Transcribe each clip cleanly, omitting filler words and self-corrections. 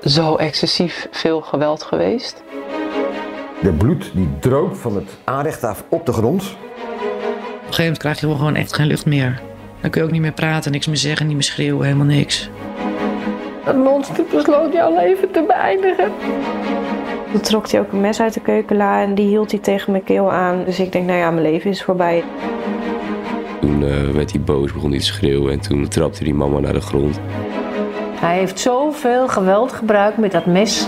zo excessief veel geweld geweest. De bloed die droop van het aanrecht af op de grond. Op een gegeven moment krijg je gewoon echt geen lucht meer. Dan kun je ook niet meer praten, niks meer zeggen, niet meer schreeuwen, helemaal niks. Het monster besloot jouw leven te beëindigen. Toen trok hij ook een mes uit de keukenla en die hield hij tegen mijn keel aan. Dus ik denk, nou ja, mijn leven is voorbij. Toen werd hij boos, begon hij te schreeuwen en toen trapte hij mama naar de grond. Hij heeft zoveel geweld gebruikt met dat mes.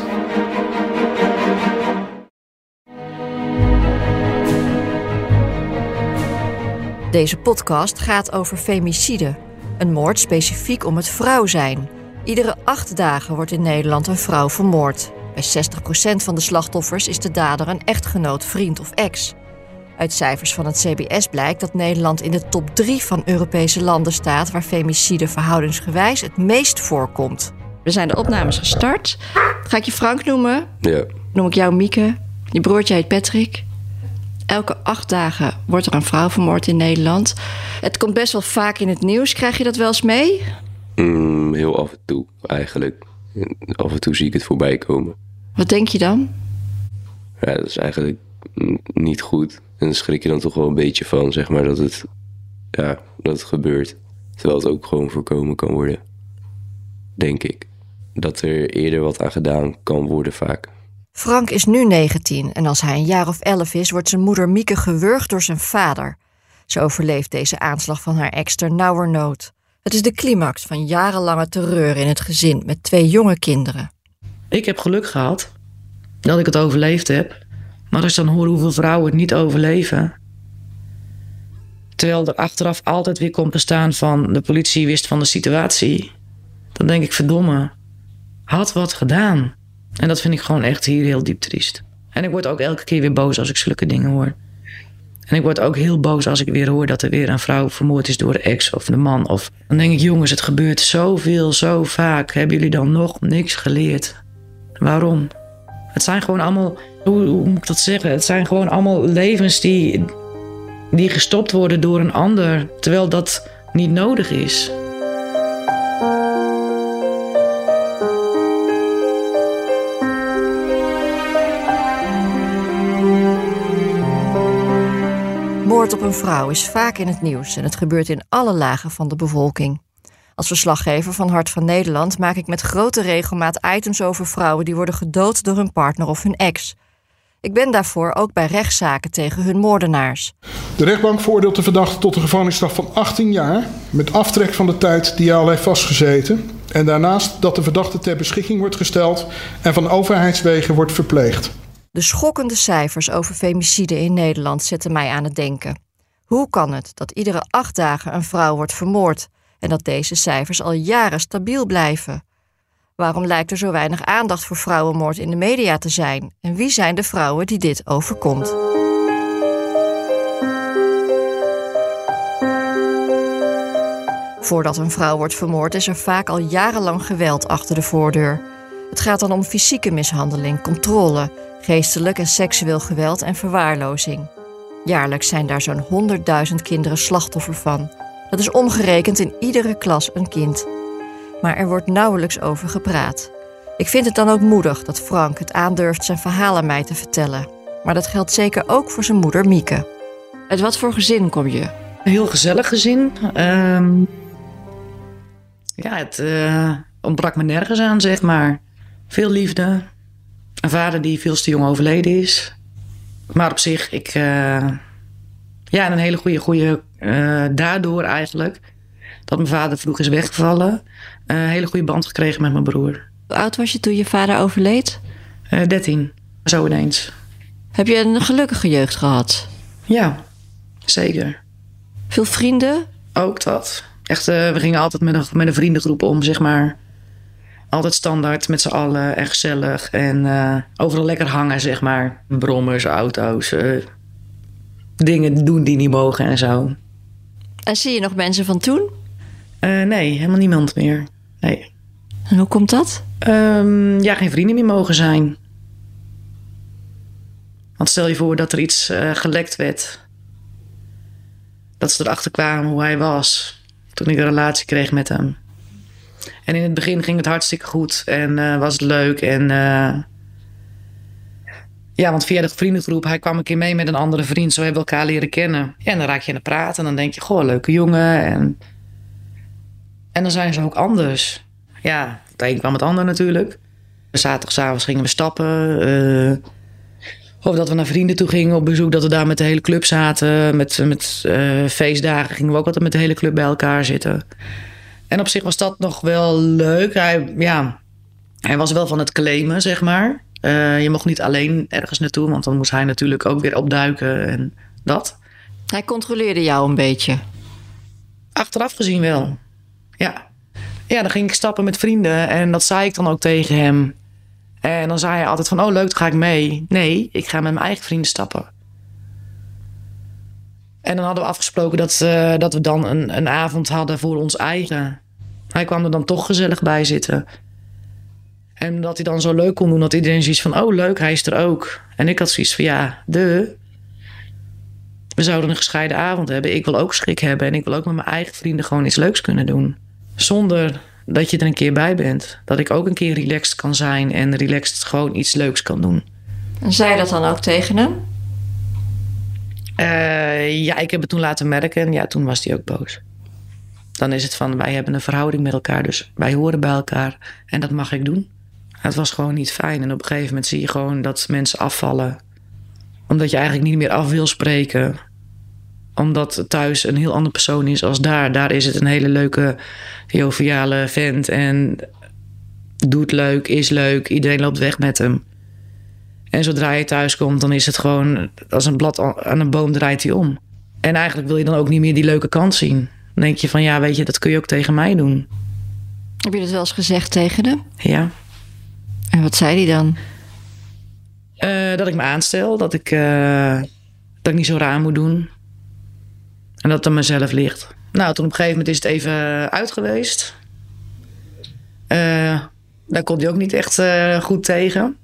Deze podcast gaat over femicide. Een moord specifiek om het vrouw zijn. Iedere 8 dagen wordt in Nederland een vrouw vermoord. Bij 60% van de slachtoffers is de dader een echtgenoot, vriend of ex. Uit cijfers van het CBS blijkt dat Nederland in de top 3 van Europese landen staat waar femicide verhoudingsgewijs het meest voorkomt. We zijn de opnames gestart. Ga ik je Frank noemen? Ja. Noem ik jou Mieke. Je broertje heet Patrick. Elke 8 dagen wordt er een vrouw vermoord in Nederland. Het komt best wel vaak in het nieuws. Krijg je dat wel eens mee? Heel af en toe, eigenlijk. Af en toe zie ik het voorbij komen. Wat denk je dan? Ja, dat is eigenlijk niet goed. En dan schrik je dan toch wel een beetje van, zeg maar, dat het gebeurt. Terwijl het ook gewoon voorkomen kan worden. Denk ik. Dat er eerder wat aan gedaan kan worden vaak. Frank is nu 19 en als hij een jaar of 11 is, wordt zijn moeder Mieke gewurgd door zijn vader. Ze overleeft deze aanslag van haar ex ternauwernood. Het is de climax van jarenlange terreur in het gezin met 2 jonge kinderen. Ik heb geluk gehad dat ik het overleefd heb. Maar als ik dan hoor hoeveel vrouwen het niet overleven, terwijl er achteraf altijd weer komt te staan van de politie wist van de situatie, dan denk ik, verdomme, had wat gedaan. En dat vind ik gewoon echt hier heel diep triest. En ik word ook elke keer weer boos als ik zulke dingen hoor. En ik word ook heel boos als ik weer hoor dat er weer een vrouw vermoord is door de ex of de man. Of dan denk ik, jongens, het gebeurt zoveel, zo vaak. Hebben jullie dan nog niks geleerd? Waarom? Het zijn gewoon allemaal, hoe moet ik dat zeggen? Het zijn gewoon allemaal levens die gestopt worden door een ander, terwijl dat niet nodig is. Moord op een vrouw is vaak in het nieuws en het gebeurt in alle lagen van de bevolking. Als verslaggever van Hart van Nederland maak ik met grote regelmaat items over vrouwen die worden gedood door hun partner of hun ex. Ik ben daarvoor ook bij rechtszaken tegen hun moordenaars. De rechtbank veroordeelt de verdachte tot een gevangenisstraf van 18 jaar... met aftrek van de tijd die hij al heeft vastgezeten... en daarnaast dat de verdachte ter beschikking wordt gesteld... en van overheidswegen wordt verpleegd. De schokkende cijfers over femicide in Nederland zetten mij aan het denken. Hoe kan het dat iedere 8 dagen een vrouw wordt vermoord... en dat deze cijfers al jaren stabiel blijven? Waarom lijkt er zo weinig aandacht voor vrouwenmoord in de media te zijn? En wie zijn de vrouwen die dit overkomt? Voordat een vrouw wordt vermoord is er vaak al jarenlang geweld achter de voordeur. Het gaat dan om fysieke mishandeling, controle, geestelijk en seksueel geweld en verwaarlozing. Jaarlijks zijn daar zo'n 100.000 kinderen slachtoffer van. Dat is omgerekend in iedere klas een kind. Maar er wordt nauwelijks over gepraat. Ik vind het dan ook moedig dat Frank het aandurft zijn verhaal aan mij te vertellen. Maar dat geldt zeker ook voor zijn moeder Mieke. Uit wat voor gezin kom je? Een heel gezellig gezin. Het ontbrak me nergens aan, zeg maar. Veel liefde. Een vader die veel te jong overleden is. Maar op zich, een hele goede daardoor eigenlijk. Dat mijn vader vroeg is weggevallen. Een hele goede band gekregen met mijn broer. Hoe oud was je toen je vader overleed? 13, zo ineens. Heb je een gelukkige jeugd gehad? Ja, zeker. Veel vrienden? Ook dat. Echt, we gingen altijd met een vriendengroep om, zeg maar. Altijd standaard met z'n allen en gezellig. En overal lekker hangen, zeg maar. Brommers, auto's. Dingen doen die niet mogen en zo. En zie je nog mensen van toen? Nee, helemaal niemand meer. Nee. En hoe komt dat? Geen vrienden meer mogen zijn. Want stel je voor dat er iets gelekt werd. Dat ze erachter kwamen hoe hij was. Toen ik een relatie kreeg met hem. En in het begin ging het hartstikke goed en was het leuk. En want via de vriendengroep, hij kwam een keer mee met een andere vriend. Zo hebben we elkaar leren kennen. Ja, en dan raak je aan het praten en dan denk je, goh, leuke jongen. En dan zijn ze ook anders. Ja, het een kwam het ander natuurlijk. Zaterdagavond gingen we stappen. Of dat we naar vrienden toe gingen op bezoek, dat we daar met de hele club zaten. Met feestdagen gingen we ook altijd met de hele club bij elkaar zitten. En op zich was dat nog wel leuk. Hij was wel van het claimen, zeg maar. Je mocht niet alleen ergens naartoe, want dan moest hij natuurlijk ook weer opduiken en dat. Hij controleerde jou een beetje? Achteraf gezien wel, ja. Ja, dan ging ik stappen met vrienden en dat zei ik dan ook tegen hem. En dan zei hij altijd van, oh leuk, dan ga ik mee. Nee, ik ga met mijn eigen vrienden stappen. En dan hadden we afgesproken dat we dan een avond hadden voor ons eigen. Hij kwam er dan toch gezellig bij zitten. En dat hij dan zo leuk kon doen, dat iedereen zoiets van, oh leuk, hij is er ook. En ik had zoiets van, we zouden een gescheiden avond hebben. Ik wil ook schik hebben en ik wil ook met mijn eigen vrienden gewoon iets leuks kunnen doen. Zonder dat je er een keer bij bent. Dat ik ook een keer relaxed kan zijn en relaxed gewoon iets leuks kan doen. En zei je dat dan ook tegen hem? Ik heb het toen laten merken en toen was hij ook boos. Dan is het van, wij hebben een verhouding met elkaar, dus wij horen bij elkaar en dat mag ik doen. Het was gewoon niet fijn en op een gegeven moment zie je gewoon dat mensen afvallen. Omdat je eigenlijk niet meer af wil spreken. Omdat thuis een heel andere persoon is als daar. Daar is het een hele leuke, joviale vent en doet leuk, is leuk. Iedereen loopt weg met hem. En zodra je thuis komt, dan is het gewoon als een blad aan een boom draait hij om. En eigenlijk wil je dan ook niet meer die leuke kant zien. Dan denk je van, weet je, dat kun je ook tegen mij doen. Heb je dat wel eens gezegd tegen hem? Ja. En wat zei hij dan? Dat ik me aanstel, dat ik niet zo raar moet doen. En dat het aan mezelf ligt. Nou, toen op een gegeven moment is het even uit geweest. Daar kon hij ook niet echt goed tegen.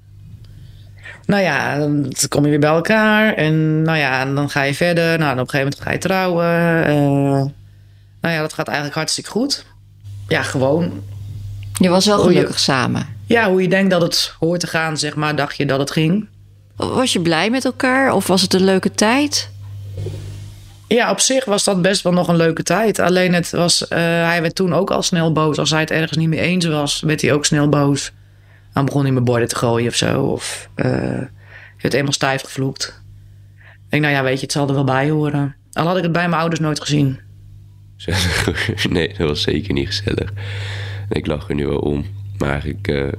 Dan kom je weer bij elkaar. En dan ga je verder. Nou, op een gegeven moment ga je trouwen. Dat gaat eigenlijk hartstikke goed. Ja, gewoon. Je was wel gelukkig samen. Ja, hoe je denkt dat het hoort te gaan, zeg maar, dacht je dat het ging. Was je blij met elkaar of was het een leuke tijd? Ja, op zich was dat best wel nog een leuke tijd. Alleen hij werd toen ook al snel boos. Als hij het ergens niet mee eens was, werd hij ook snel boos. Dan begon hij met borden te gooien of zo. Of je werd eenmaal stijf gevloekt. Ik denk, weet je, het zal er wel bij horen. Al had ik het bij mijn ouders nooit gezien. Nee, dat was zeker niet gezellig. Ik lach er nu wel om. Maar eigenlijk,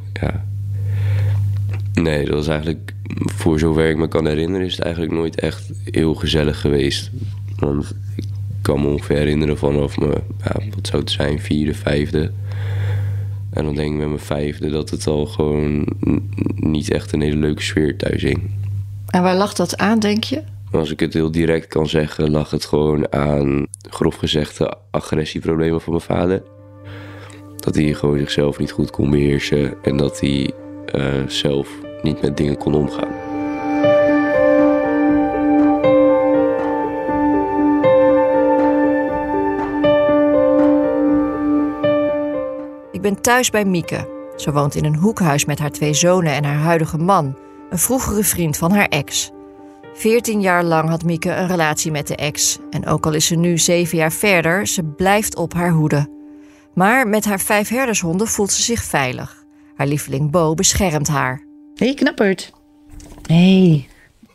Nee, dat was eigenlijk... Voor zover ik me kan herinneren... is het eigenlijk nooit echt heel gezellig geweest. Want ik kan me ongeveer herinneren vanaf mijn... wat zou het zijn? 4e, 5e. En dan denk ik met mijn 5e... dat het al gewoon niet echt een hele leuke sfeer thuis hing. En waar lag dat aan, denk je? Als ik het heel direct kan zeggen... lag het gewoon aan, grof gezegd... de agressieproblemen van mijn vader. Dat hij gewoon zichzelf niet goed kon beheersen. En dat hij zelf niet met dingen kon omgaan. Ik ben thuis bij Mieke. Ze woont in een hoekhuis met haar 2 zonen en haar huidige man. Een vroegere vriend van haar ex. 14 jaar lang had Mieke een relatie met de ex. En ook al is ze nu 7 jaar verder, ze blijft op haar hoede. Maar met haar 5 herdershonden voelt ze zich veilig. Haar lieveling Bo beschermt haar. Hey, knapperd. Hey.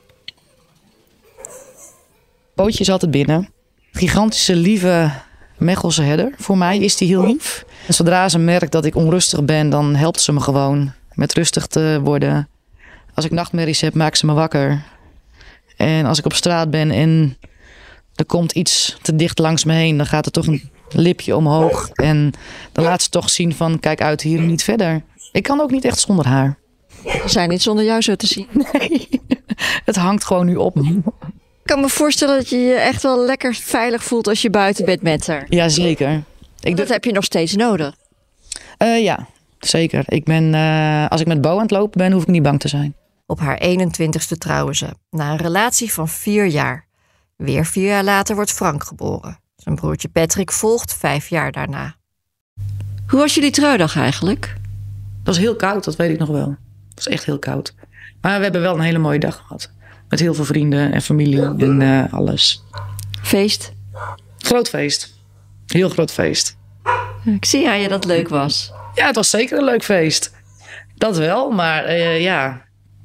Bootje is altijd binnen. Gigantische, lieve Mechelse herder. Voor mij is die heel lief. En zodra ze merkt dat ik onrustig ben, dan helpt ze me gewoon met rustig te worden. Als ik nachtmerries heb, maakt ze me wakker. En als ik op straat ben en er komt iets te dicht langs me heen, dan gaat er toch een lipje omhoog. En dan laat ze toch zien van, kijk uit, hier niet verder. Ik kan ook niet echt zonder haar. We zijn niet zonder jou zo te zien. Nee, het hangt gewoon nu op me. Ik kan me voorstellen dat je je echt wel lekker veilig voelt als je buiten bent met haar. Jazeker. Dat heb je nog steeds nodig. Ja, zeker. Als ik met Bo aan het lopen ben, hoef ik niet bang te zijn. Op haar 21ste trouwen ze. Na een relatie van 4 jaar. Weer 4 jaar later wordt Frank geboren. Zijn broertje Patrick volgt 5 jaar daarna. Hoe was jullie trouwdag eigenlijk? Het was heel koud, dat weet ik nog wel. Het was echt heel koud. Maar we hebben wel een hele mooie dag gehad. Met heel veel vrienden en familie en alles. Feest? Groot feest. Heel groot feest. Ik zie aan je dat het leuk was. Ja, het was zeker een leuk feest. Dat wel, maar ja.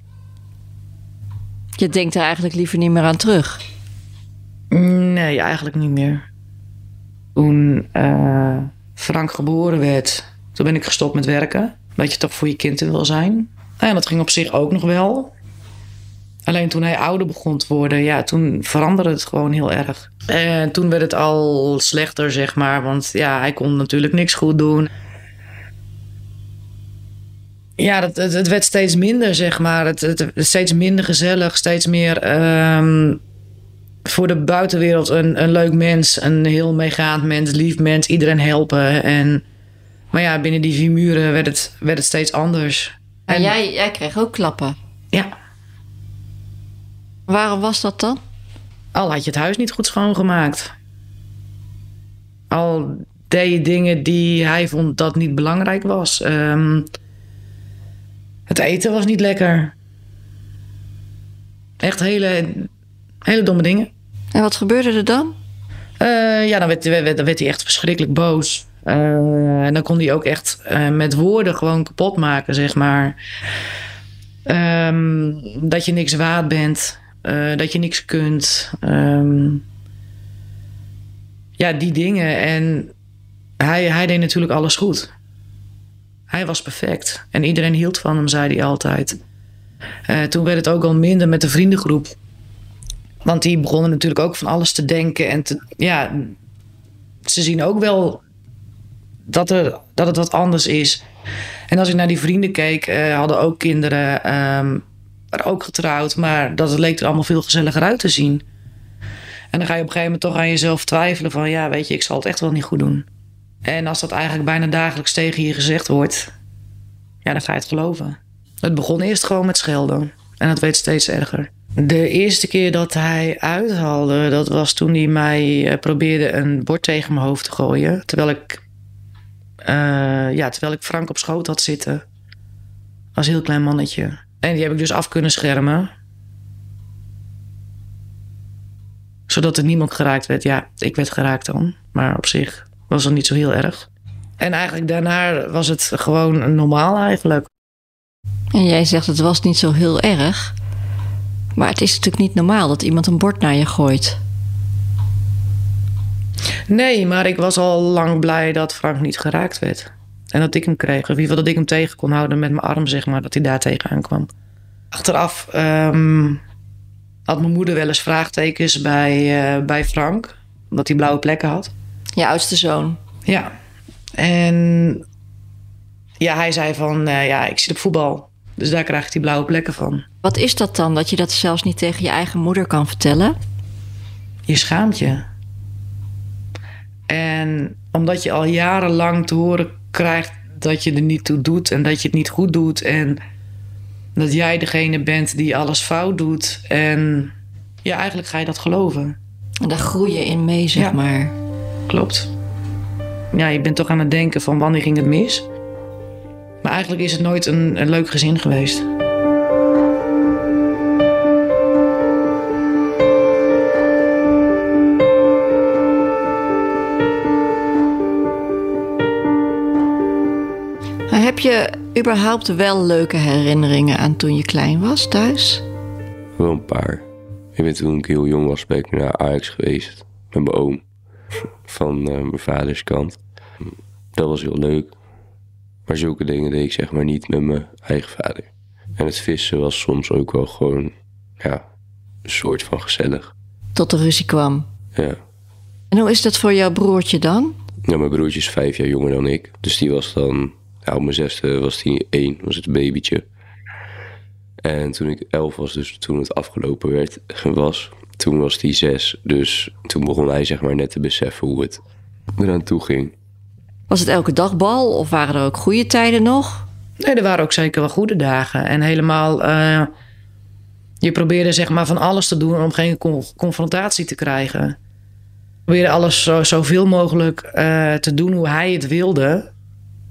Je denkt er eigenlijk liever niet meer aan terug. Nee, eigenlijk niet meer. Toen Frank geboren werd, toen ben ik gestopt met werken. Dat je toch voor je kind wil zijn. Nou ja, dat ging op zich ook nog wel. Alleen toen hij ouder begon te worden, ja, toen veranderde het gewoon heel erg. En toen werd het al slechter, zeg maar. Want ja, hij kon natuurlijk niks goed doen. Ja, het werd steeds minder, zeg maar. Het steeds minder gezellig, steeds meer voor de buitenwereld een leuk mens. Een heel meegaand mens, lief mens, iedereen helpen. Maar ja, binnen die 4 muren werd het steeds anders. En jij kreeg ook klappen. Ja. Waarom was dat dan? Al had je het huis niet goed schoongemaakt. Al deed je dingen die hij vond dat niet belangrijk was. Het eten was niet lekker. Echt hele domme dingen. En wat gebeurde er dan? Ja, dan werd hij echt verschrikkelijk boos. En dan kon hij ook echt met woorden gewoon kapot maken, zeg maar. Dat je niks waard bent. Dat je niks kunt. Ja, die dingen. En hij deed natuurlijk alles goed. Hij was perfect. En iedereen hield van hem, zei hij altijd. Toen werd het ook al minder met de vriendengroep. Want die begonnen natuurlijk ook van alles te denken. En ze zien ook wel dat het wat anders is. En als ik naar die vrienden keek, hadden ook kinderen, waren ook getrouwd. Maar dat leek er allemaal veel gezelliger uit te zien. En dan ga je op een gegeven moment toch aan jezelf twijfelen van, ja, weet je, ik zal het echt wel niet goed doen. En als dat eigenlijk bijna dagelijks tegen je gezegd wordt, ja, dan ga je het geloven. Het begon eerst gewoon met schelden. En dat werd steeds erger. De eerste keer dat hij uithaalde, dat was toen hij mij probeerde een bord tegen mijn hoofd te gooien. Terwijl ik Frank op schoot had zitten. Als heel klein mannetje. En die heb ik dus af kunnen schermen. Zodat er niemand geraakt werd. Ja, ik werd geraakt dan. Maar op zich was het niet zo heel erg. En eigenlijk daarna was het gewoon normaal eigenlijk. En jij zegt het was niet zo heel erg. Maar het is natuurlijk niet normaal dat iemand een bord naar je gooit. Nee, maar ik was al lang blij dat Frank niet geraakt werd. En dat ik hem kreeg. Of in ieder geval dat ik hem tegen kon houden met mijn arm, zeg maar. Dat hij daar tegenaan kwam. Achteraf had mijn moeder wel eens vraagtekens bij Frank. Omdat hij blauwe plekken had. Je oudste zoon. Ja. En ja, hij zei van, ik zit op voetbal. Dus daar krijg ik die blauwe plekken van. Wat is dat dan, dat je dat zelfs niet tegen je eigen moeder kan vertellen? Je schaamt je. En omdat je al jarenlang te horen krijgt dat je er niet toe doet en dat je het niet goed doet en dat jij degene bent die alles fout doet. En ja, eigenlijk ga je dat geloven. En daar groei je in mee, zeg maar. Klopt. Ja, je bent toch aan het denken van wanneer ging het mis? Maar eigenlijk is het nooit een leuk gezin geweest. Heb je überhaupt wel leuke herinneringen aan toen je klein was thuis? Wel een paar. Ik ben toen ik heel jong was, ben ik naar Ajax geweest. Met mijn oom. Van mijn vaders kant. Dat was heel leuk. Maar zulke dingen deed ik zeg maar niet met mijn eigen vader. En het vissen was soms ook wel gewoon, ja, een soort van gezellig. Tot de ruzie kwam. Ja. En hoe is dat voor jouw broertje dan? Nou, mijn broertje is 5 jaar jonger dan ik. Dus die was dan, op mijn 6e was hij 1, was het een babytje. En toen ik 11 was, dus toen het afgelopen was, toen was hij 6. Dus toen begon hij zeg maar net te beseffen hoe het eraan toe ging. Was het elke dag bal of waren er ook goede tijden nog? Nee, er waren ook zeker wel goede dagen. En helemaal, je probeerde zeg maar van alles te doen om geen confrontatie te krijgen. Je probeerde alles zoveel mogelijk te doen hoe hij het wilde.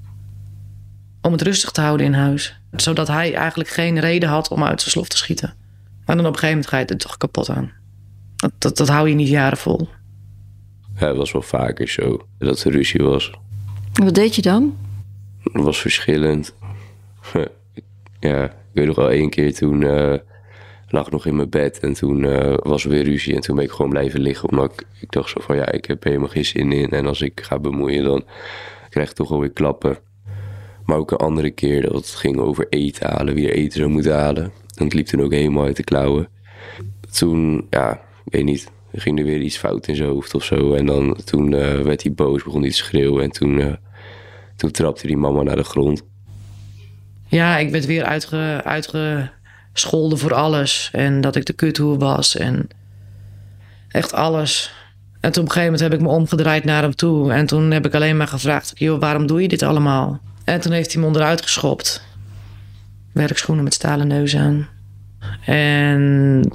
om het rustig te houden in huis. Zodat hij eigenlijk geen reden had om uit zijn slof te schieten. Maar dan op een gegeven moment ga je er toch kapot aan. Dat hou je niet jaren vol. Ja, het was wel vaker zo dat er ruzie was. En wat deed je dan? Het was verschillend. Ja, ik weet nog wel 1 keer toen lag ik nog in mijn bed en toen was er weer ruzie. En toen ben ik gewoon blijven liggen omdat ik dacht zo van ja, ik heb helemaal geen zin in. En als ik ga bemoeien dan krijg ik toch wel weer klappen. Maar ook een andere keer dat het ging over eten halen, wie er eten zou moeten halen. En het liep toen ook helemaal uit de klauwen. Toen, ja, ik weet niet, er ging er weer iets fout in zijn hoofd of zo. En dan toen werd hij boos, begon hij te schreeuwen. En toen trapte die mama naar de grond. Ja, ik werd weer uitgescholden voor alles. En dat ik de kuthoer was en echt alles. En toen op een gegeven moment heb ik me omgedraaid naar hem toe. En toen heb ik alleen maar gevraagd, joh, waarom doe je dit allemaal? En toen heeft hij me onderuit geschopt. Werkschoenen met stalen neus aan. En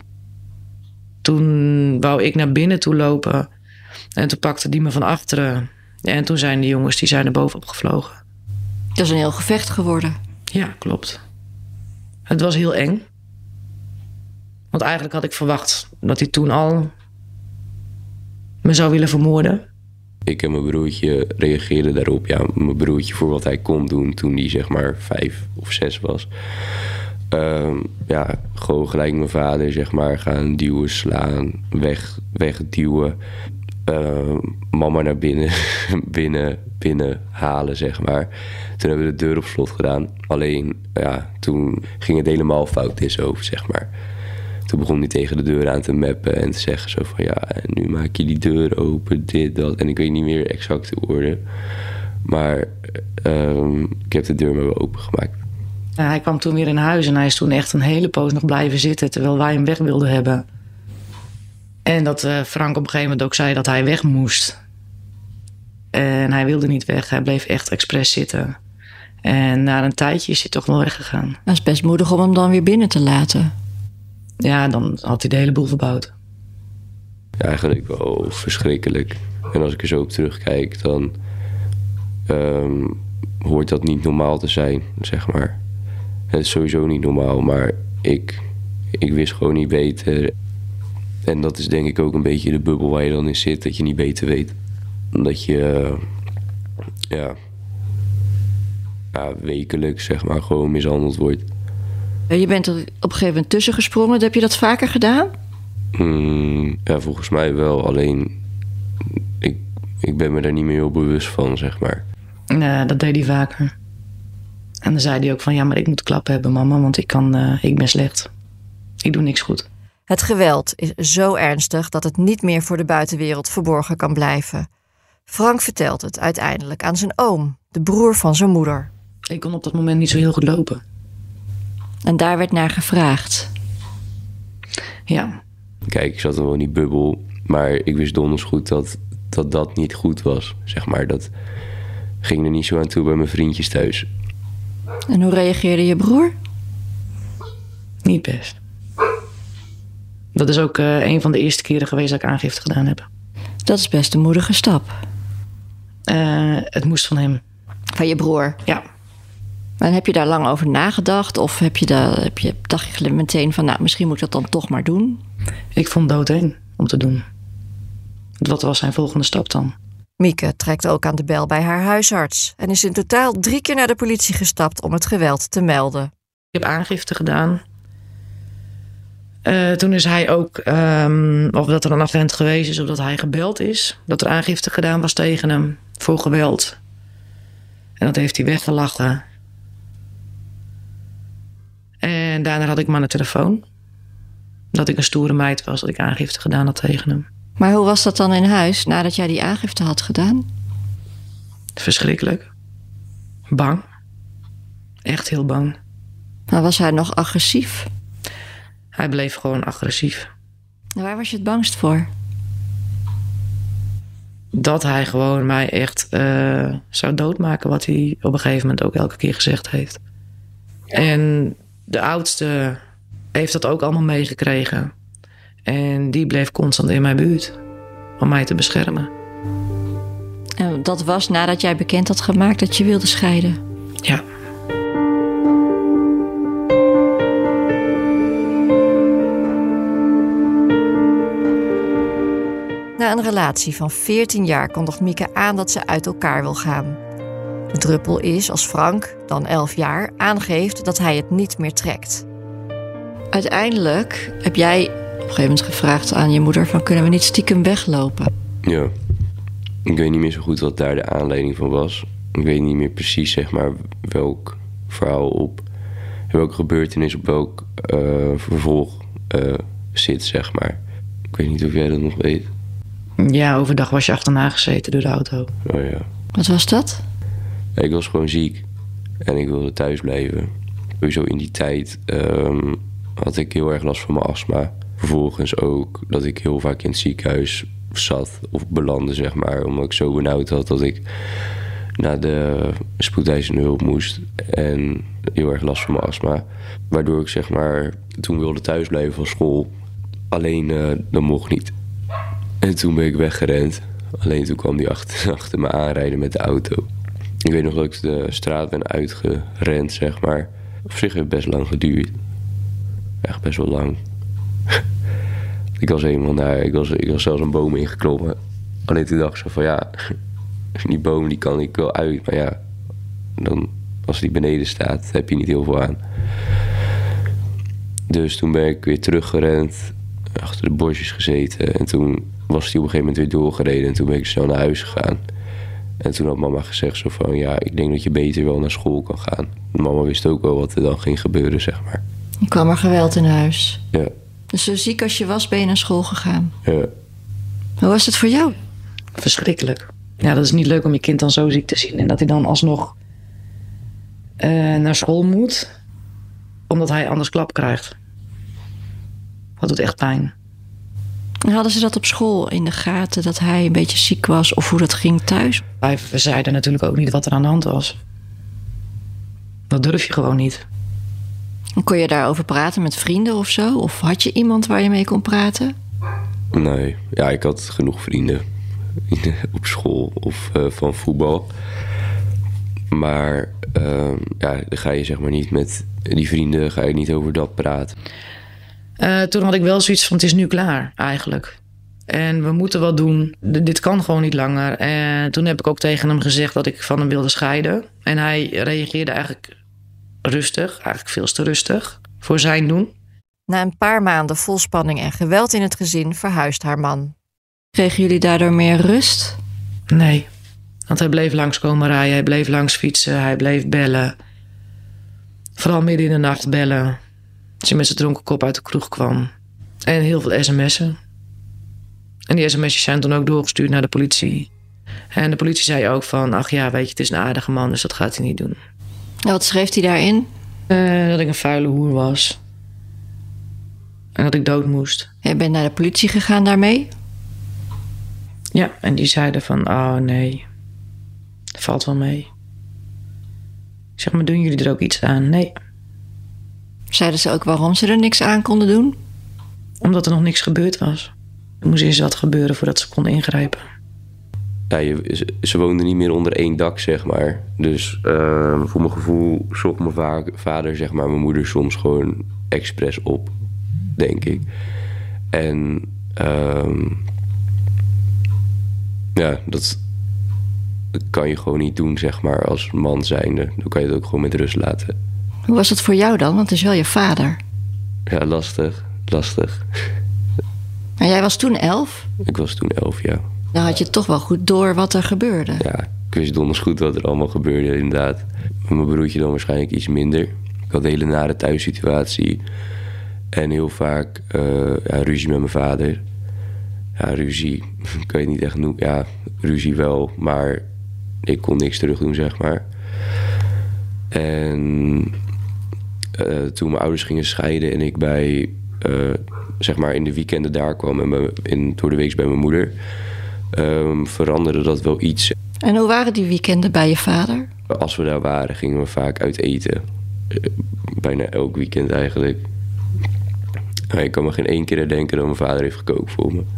toen wou ik naar binnen toe lopen. En toen pakte die me van achteren. En toen zijn de jongens, die zijn er bovenop gevlogen. Dat is een heel gevecht geworden. Ja, klopt. Het was heel eng. Want eigenlijk had ik verwacht dat hij toen al me zou willen vermoorden. Ik en mijn broertje reageerden daarop. Ja, mijn broertje voor wat hij kon doen toen hij zeg maar 5 of 6 was. Ja, gewoon gelijk mijn vader zeg maar gaan duwen, slaan, wegduwen. Mama naar binnen halen zeg maar. Toen hebben we de deur op slot gedaan. Alleen ja, toen ging het helemaal fout in zijn hoofd zeg maar. Toen begon hij tegen de deur aan te meppen en te zeggen zo van ja, en nu maak je die deur open, dit, dat. En ik weet niet meer exact de woorden. Maar ik heb de deur maar wel opengemaakt. Ja, hij kwam toen weer in huis en hij is toen echt een hele poos nog blijven zitten terwijl wij hem weg wilden hebben. En dat Frank op een gegeven moment ook zei dat hij weg moest. En hij wilde niet weg, hij bleef echt expres zitten. En na een tijdje is hij toch wel weggegaan. Dat is best moedig om hem dan weer binnen te laten. Ja, dan had hij de hele boel verbouwd. Ja, eigenlijk wel verschrikkelijk. En als ik er zo op terugkijk, dan hoort dat niet normaal te zijn, zeg maar. Het is sowieso niet normaal, maar ik wist gewoon niet beter. En dat is denk ik ook een beetje de bubbel waar je dan in zit, dat je niet beter weet. Dat je wekelijks, zeg maar, gewoon mishandeld wordt. Je bent er op een gegeven moment tussen gesprongen. Heb je dat vaker gedaan? Ja, volgens mij wel. Alleen, ik ben me daar niet meer heel bewust van, zeg maar. Nee, dat deed hij vaker. En dan zei hij ook van, ja, maar ik moet klap hebben, mama, want ik ben slecht. Ik doe niks goed. Het geweld is zo ernstig dat het niet meer voor de buitenwereld verborgen kan blijven. Frank vertelt het uiteindelijk aan zijn oom, de broer van zijn moeder. Ik kon op dat moment niet zo heel goed lopen. En daar werd naar gevraagd. Ja. Kijk, ik zat er wel in die bubbel, maar ik wist donders goed dat niet goed was. Zeg maar, dat ging er niet zo aan toe bij mijn vriendjes thuis. En hoe reageerde je broer? Niet best. Dat is ook een van de eerste keren geweest dat ik aangifte gedaan heb. Dat is best een moedige stap. Het moest van hem. Van je broer? Ja. En heb je daar lang over nagedacht? Of dacht je meteen van, nou, misschien moet ik dat dan toch maar doen? Ik vond doodeng om te doen. Wat was zijn volgende stap dan? Mieke trekt ook aan de bel bij haar huisarts. En is in totaal 3 keer naar de politie gestapt om het geweld te melden. Ik heb aangifte gedaan. Toen is hij ook, of dat er een agent geweest is, of dat hij gebeld is. Dat er aangifte gedaan was tegen hem voor geweld. En dat heeft hij weggelachen. En daarna had ik hem aan de telefoon. Dat ik een stoere meid was, dat ik aangifte gedaan had tegen hem. Maar hoe was dat dan in huis, nadat jij die aangifte had gedaan? Verschrikkelijk. Bang. Echt heel bang. Maar was hij nog agressief? Hij bleef gewoon agressief. En waar was je het bangst voor? Dat hij gewoon mij echt zou doodmaken, wat hij op een gegeven moment ook elke keer gezegd heeft. En de oudste heeft dat ook allemaal meegekregen. En die bleef constant in mijn buurt om mij te beschermen. En dat was nadat jij bekend had gemaakt dat je wilde scheiden? Ja. Na een relatie van 14 jaar kondigt Mieke aan dat ze uit elkaar wil gaan. De druppel is als Frank, dan 11 jaar, aangeeft dat hij het niet meer trekt. Uiteindelijk heb jij op een gegeven moment gevraagd aan je moeder van kunnen we niet stiekem weglopen? Ja. Ik weet niet meer zo goed wat daar de aanleiding van was. Ik weet niet meer precies, zeg maar, welk verhaal op welke gebeurtenis op welk vervolg zit, zeg maar. Ik weet niet of jij dat nog weet. Ja, overdag was je achterna gezeten door de auto. Oh ja. Wat was dat? Ja, ik was gewoon ziek en ik wilde thuis blijven. Sowieso in die tijd had ik heel erg last van mijn astma. Vervolgens ook dat ik heel vaak in het ziekenhuis zat of belandde, zeg maar. Omdat ik zo benauwd had dat ik naar de spoedeisende hulp moest. En heel erg last van mijn astma. Waardoor ik, zeg maar, toen wilde thuisblijven van school. Alleen dat mocht niet. En toen ben ik weggerend. Alleen toen kwam die achter me aanrijden met de auto. Ik weet nog dat ik de straat ben uitgerend, zeg maar. Op zich heeft het best lang geduurd. Echt best wel lang. Ik was helemaal naar... Ik was zelfs een boom ingeklommen. Alleen toen dacht ik van ja... Die boom die kan ik wel uit. Maar ja... Dan, als die beneden staat, heb je niet heel veel aan. Dus toen ben ik weer teruggerend. Achter de bosjes gezeten. En toen was die op een gegeven moment weer doorgereden. En toen ben ik snel naar huis gegaan. En toen had mama gezegd zo van... Ja, ik denk dat je beter wel naar school kan gaan. Mama wist ook wel wat er dan ging gebeuren, zeg maar. Er kwam er geweld in huis. Ja. Dus zo ziek als je was, ben je naar school gegaan. Ja. Hoe was het voor jou? Verschrikkelijk. Ja, dat is niet leuk om je kind dan zo ziek te zien. En dat hij dan alsnog naar school moet. Omdat hij anders klap krijgt. Dat doet echt pijn. En hadden ze dat op school in de gaten, dat hij een beetje ziek was of hoe dat ging thuis? We zeiden natuurlijk ook niet wat er aan de hand was. Dat durf je gewoon niet. Kon je daarover praten met vrienden of zo? Of had je iemand waar je mee kon praten? Nee, ja, ik had genoeg vrienden op school of van voetbal. Maar ja, dan ga je zeg maar niet met die vrienden, ga je niet over dat praten. Toen had ik wel zoiets van, het is nu klaar eigenlijk. En we moeten wat doen. Dit kan gewoon niet langer. En toen heb ik ook tegen hem gezegd dat ik van hem wilde scheiden. En hij reageerde eigenlijk rustig, eigenlijk veel te rustig voor zijn doen. Na een paar maanden vol spanning en geweld in het gezin verhuist haar man. Kregen jullie daardoor meer rust? Nee, want hij bleef langs komen rijden, hij bleef langs fietsen, hij bleef bellen. Vooral midden in de nacht bellen. Als hij met zijn dronken kop uit de kroeg kwam. En heel veel sms'en. En die sms'jes zijn toen ook doorgestuurd naar de politie. En de politie zei ook van, ach ja, weet je, het is een aardige man, dus dat gaat hij niet doen. En wat schreef hij daarin? Dat ik een vuile hoer was. En dat ik dood moest. Je bent naar de politie gegaan daarmee? Ja, en die zeiden van, oh nee, valt wel mee. Ik zeg, maar doen jullie er ook iets aan? Nee. Zeiden ze ook waarom ze er niks aan konden doen? Omdat er nog niks gebeurd was. Er moest eerst wat gebeuren voordat ze konden ingrijpen. Ja, ze woonden niet meer onder één dak, zeg maar. Dus voor mijn gevoel zocht mijn vader, zeg maar, mijn moeder soms gewoon expres op, denk ik. En ja, dat kan je gewoon niet doen, zeg maar, als man zijnde. Dan kan je het ook gewoon met rust laten. Hoe was het voor jou dan? Want het is wel je vader. Ja, lastig. Maar jij was toen 11? Ik was toen 11, ja. Dan had je toch wel goed door wat er gebeurde. Ja, ik wist donders goed wat er allemaal gebeurde, inderdaad. Met mijn broertje dan waarschijnlijk iets minder. Ik had een hele nare thuissituatie. En heel vaak ruzie met mijn vader. Ja, ruzie kan je niet echt noemen. Ja, ruzie wel, maar ik kon niks terug doen, zeg maar. En toen mijn ouders gingen scheiden en ik bij, zeg maar in de weekenden daar kwam en door de week bij mijn moeder, veranderde dat wel iets. En hoe waren die weekenden bij je vader? Als we daar waren, gingen we vaak uit eten. Bijna elk weekend eigenlijk. Ik kan me geen één keer herinneren dat mijn vader heeft gekookt voor me.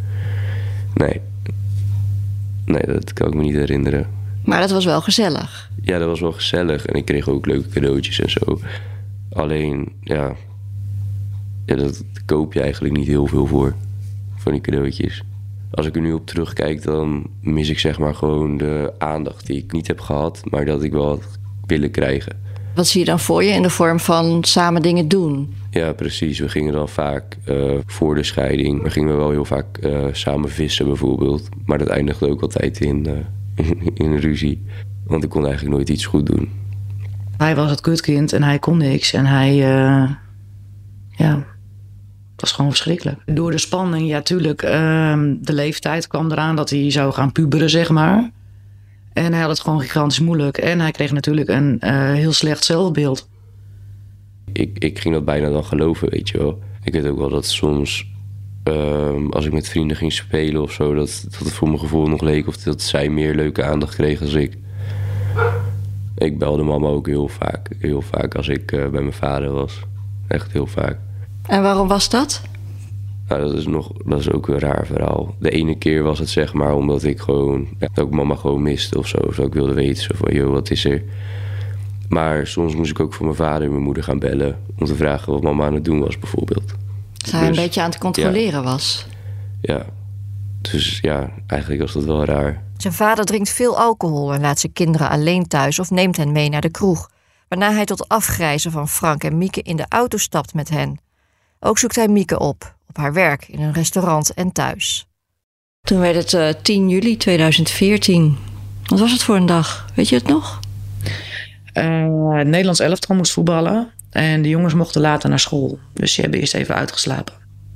Nee, dat kan ik me niet herinneren. Maar dat was wel gezellig. Ja, dat was wel gezellig. En ik kreeg ook leuke cadeautjes en zo. Alleen, ja, dat koop je eigenlijk niet heel veel voor. Van die cadeautjes. Als ik er nu op terugkijk, dan mis ik zeg maar gewoon de aandacht die ik niet heb gehad, maar dat ik wel had willen krijgen. Wat zie je dan voor je in de vorm van samen dingen doen? Ja, precies. We gingen dan vaak voor de scheiding. We gingen wel heel vaak samen vissen bijvoorbeeld. Maar dat eindigde ook altijd in een ruzie. Want ik kon eigenlijk nooit iets goed doen. Hij was het kutkind en hij kon niks. En hij, het was gewoon verschrikkelijk. Door de spanning, ja tuurlijk, de leeftijd kwam eraan dat hij zou gaan puberen, zeg maar. En hij had het gewoon gigantisch moeilijk. En hij kreeg natuurlijk een heel slecht zelfbeeld. Ik ging dat bijna dan geloven, weet je wel. Ik weet ook wel dat soms, als ik met vrienden ging spelen of zo, dat het voor mijn gevoel nog leek of dat zij meer leuke aandacht kreeg dan ik. Ik belde mama ook heel vaak als ik bij mijn vader was. Echt heel vaak. En waarom was dat? Nou, dat is ook een raar verhaal. De ene keer was het zeg maar omdat ik gewoon, dat ik mama gewoon miste of zo. Of dat ik wilde weten, zo van, joh, wat is er? Maar soms moest ik ook voor mijn vader en mijn moeder gaan bellen om te vragen wat mama aan het doen was, bijvoorbeeld. Dat hij een beetje aan het controleren was. Ja, dus ja, eigenlijk was dat wel raar. Zijn vader drinkt veel alcohol en laat zijn kinderen alleen thuis of neemt hen mee naar de kroeg. Waarna hij tot afgrijzen van Frank en Mieke in de auto stapt met hen. Ook zoekt hij Mieke op haar werk, in een restaurant en thuis. Toen werd het 10 juli 2014. Wat was het voor een dag? Weet je het nog? Het Nederlands elftal moest voetballen. En de jongens mochten later naar school. Dus ze hebben eerst even uitgeslapen.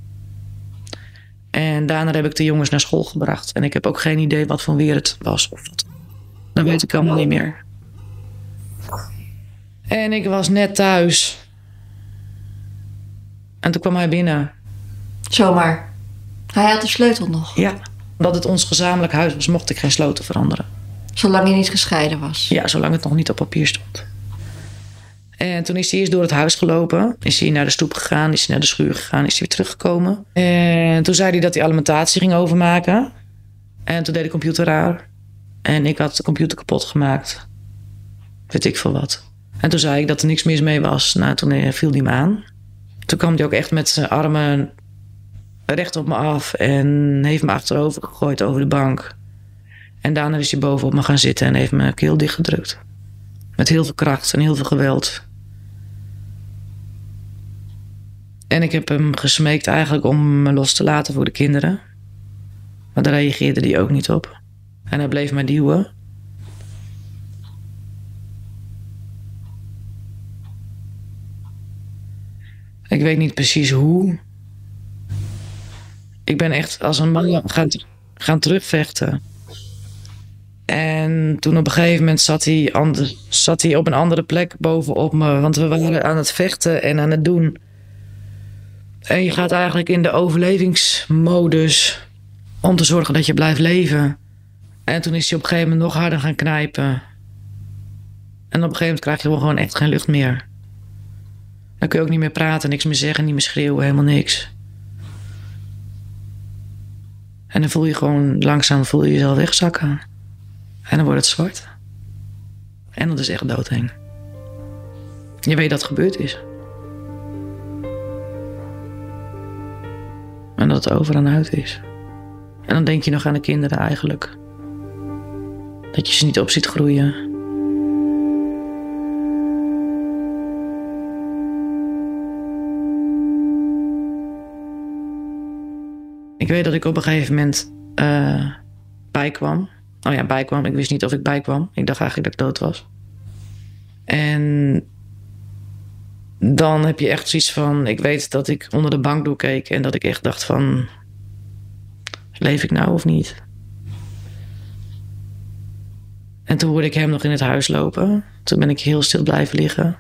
En daarna heb ik de jongens naar school gebracht. En ik heb ook geen idee wat voor weer het was. Of wat. Dat weet ik allemaal niet meer. En ik was net thuis. En toen kwam hij binnen. Zomaar. Hij had de sleutel nog? Ja. Omdat het ons gezamenlijk huis was, mocht ik geen sleutel veranderen. Zolang je niet gescheiden was? Ja, zolang het nog niet op papier stond. En toen is hij eerst door het huis gelopen. Is hij naar de stoep gegaan, is hij naar de schuur gegaan, is hij weer teruggekomen. En toen zei hij dat hij alimentatie ging overmaken. En toen deed de computer raar. En ik had de computer kapot gemaakt. Weet ik veel wat. En toen zei ik dat er niks mis mee was. Nou, toen viel hij me aan. Toen kwam hij ook echt met zijn armen recht op me af en heeft me achterover gegooid over de bank. En daarna is hij bovenop me gaan zitten en heeft mijn keel dichtgedrukt. Met heel veel kracht en heel veel geweld. En ik heb hem gesmeekt eigenlijk om me los te laten voor de kinderen. Maar daar reageerde hij ook niet op. En hij bleef mij duwen. Ik weet niet precies hoe. Ik ben echt als een man gaan terugvechten. En toen op een gegeven moment zat hij op een andere plek bovenop me. Want we waren aan het vechten en aan het doen. En je gaat eigenlijk in de overlevingsmodus om te zorgen dat je blijft leven. En toen is hij op een gegeven moment nog harder gaan knijpen. En op een gegeven moment krijg je gewoon echt geen lucht meer. Dan kun je ook niet meer praten, niks meer zeggen, niet meer schreeuwen, helemaal niks. En dan voel je gewoon langzaam jezelf wegzakken. En dan wordt het zwart. En dat is echt doodeng. Je weet dat het gebeurd is. En dat het over en uit is. En dan denk je nog aan de kinderen eigenlijk. Dat je ze niet op ziet groeien. Ik weet dat ik op een gegeven moment bijkwam. Ik wist niet of ik bijkwam. Ik dacht eigenlijk dat ik dood was. En dan heb je echt zoiets van... Ik weet dat ik onder de bank doorkeek en dat ik echt dacht van... Leef ik nou of niet? En toen hoorde ik hem nog in het huis lopen. Toen ben ik heel stil blijven liggen.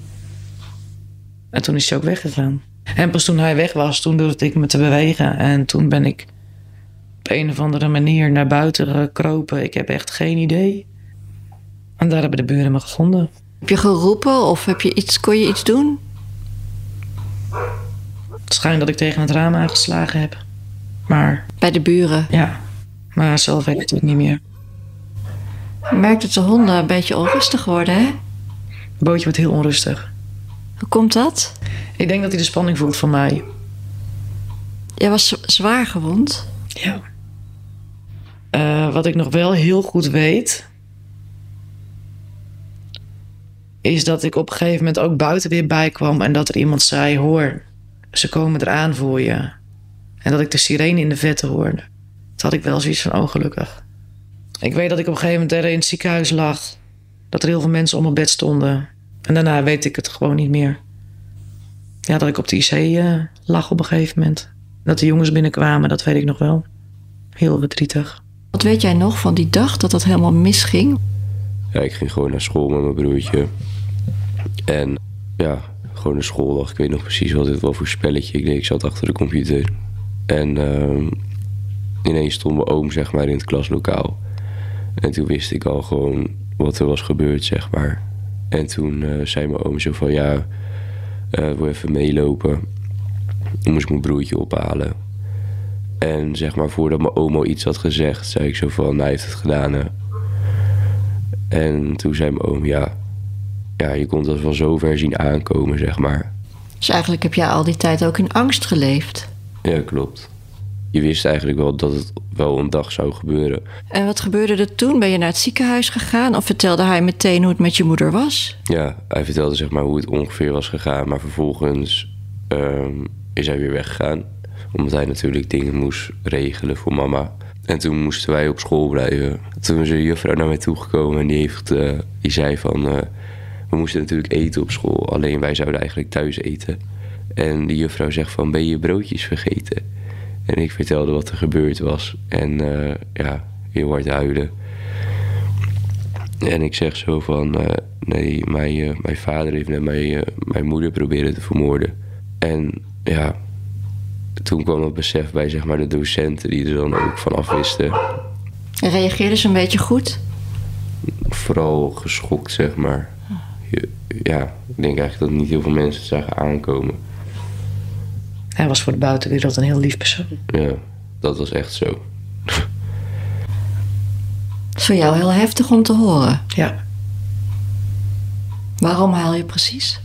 En toen is hij ook weggegaan. En pas toen hij weg was, toen durfde ik me te bewegen. En toen ben ik op een of andere manier naar buiten gekropen. Ik heb echt geen idee. En daar hebben de buren me gevonden. Heb je geroepen of kon je iets doen? Het schijnt dat ik tegen het raam aangeslagen heb. Maar... Bij de buren? Ja. Maar zelf weet ik het niet meer. Je merkt dat de honden een beetje onrustig worden, hè? Het bootje wordt heel onrustig. Hoe komt dat? Ik denk dat hij de spanning voelt van mij. Jij was zwaar gewond? Ja. Wat ik nog wel heel goed weet, is dat ik op een gegeven moment ook buiten weer bijkwam en dat er iemand zei, hoor, ze komen eraan voor je. En dat ik de sirene in de vette hoorde. Toen had ik wel zoiets van, oh gelukkig. Ik weet dat ik op een gegeven moment er in het ziekenhuis lag. Dat er heel veel mensen om mijn bed stonden. En daarna weet ik het gewoon niet meer. Ja, dat ik op de IC lag op een gegeven moment. Dat de jongens binnenkwamen, dat weet ik nog wel. Heel verdrietig. Wat weet jij nog van die dag dat dat helemaal misging? Ja, ik ging gewoon naar school met mijn broertje. En ja, gewoon naar school lag. Ik weet nog precies wat dit wel voor spelletje ik deed. Ik zat achter de computer. En ineens stond mijn oom zeg maar in het klaslokaal. En toen wist ik al gewoon wat er was gebeurd, zeg maar. En toen zei mijn oom zo van, ja, wil even meelopen. Dan moest ik mijn broertje ophalen. En zeg maar, voordat mijn oom al iets had gezegd, zei ik zo van, nou, hij heeft het gedaan, hè. En toen zei mijn oom, ja, je kon dat wel zo ver zien aankomen, zeg maar. Dus eigenlijk heb jij al die tijd ook in angst geleefd? Ja, klopt. Je wist eigenlijk wel dat het wel een dag zou gebeuren. En wat gebeurde er toen? Ben je naar het ziekenhuis gegaan? Of vertelde hij meteen hoe het met je moeder was? Ja, hij vertelde zeg maar hoe het ongeveer was gegaan. Maar vervolgens is hij weer weggegaan. Omdat hij natuurlijk dingen moest regelen voor mama. En toen moesten wij op school blijven. Toen is een juffrouw naar mij toegekomen en die zei van, we moesten natuurlijk eten op school. Alleen wij zouden eigenlijk thuis eten. En die juffrouw zegt van, ben je je broodjes vergeten? En ik vertelde wat er gebeurd was. En heel hard huilen. En ik zeg zo van, nee, mijn vader heeft net mijn moeder proberen te vermoorden. En ja, toen kwam dat besef bij zeg maar de docenten die er dan ook van afwisten. En reageerden ze een beetje goed? Vooral geschokt, zeg maar. Ja, ik denk eigenlijk dat niet heel veel mensen het zagen aankomen. Hij was voor de buitenwereld een heel lief persoon. Ja, dat was echt zo. Dat is voor jou heel heftig om te horen. Ja. Waarom huil je precies?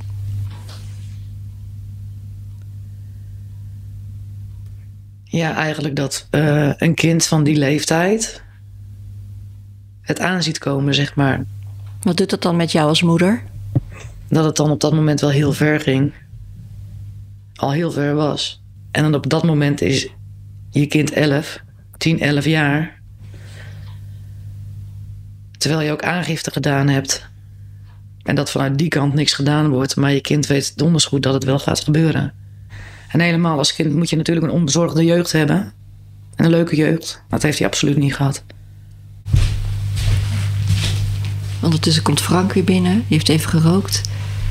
Ja, eigenlijk dat een kind van die leeftijd het aan ziet komen, zeg maar. Wat doet dat dan met jou als moeder? Dat het dan op dat moment wel heel ver ging. Al heel ver was. En dan op dat moment is je kind 10, 11 jaar. Terwijl je ook aangifte gedaan hebt. En dat vanuit die kant niks gedaan wordt. Maar je kind weet donders goed dat het wel gaat gebeuren. En helemaal als kind moet je natuurlijk een onbezorgde jeugd hebben. En een leuke jeugd. Dat heeft hij absoluut niet gehad. Ondertussen komt Frank weer binnen. Die heeft even gerookt.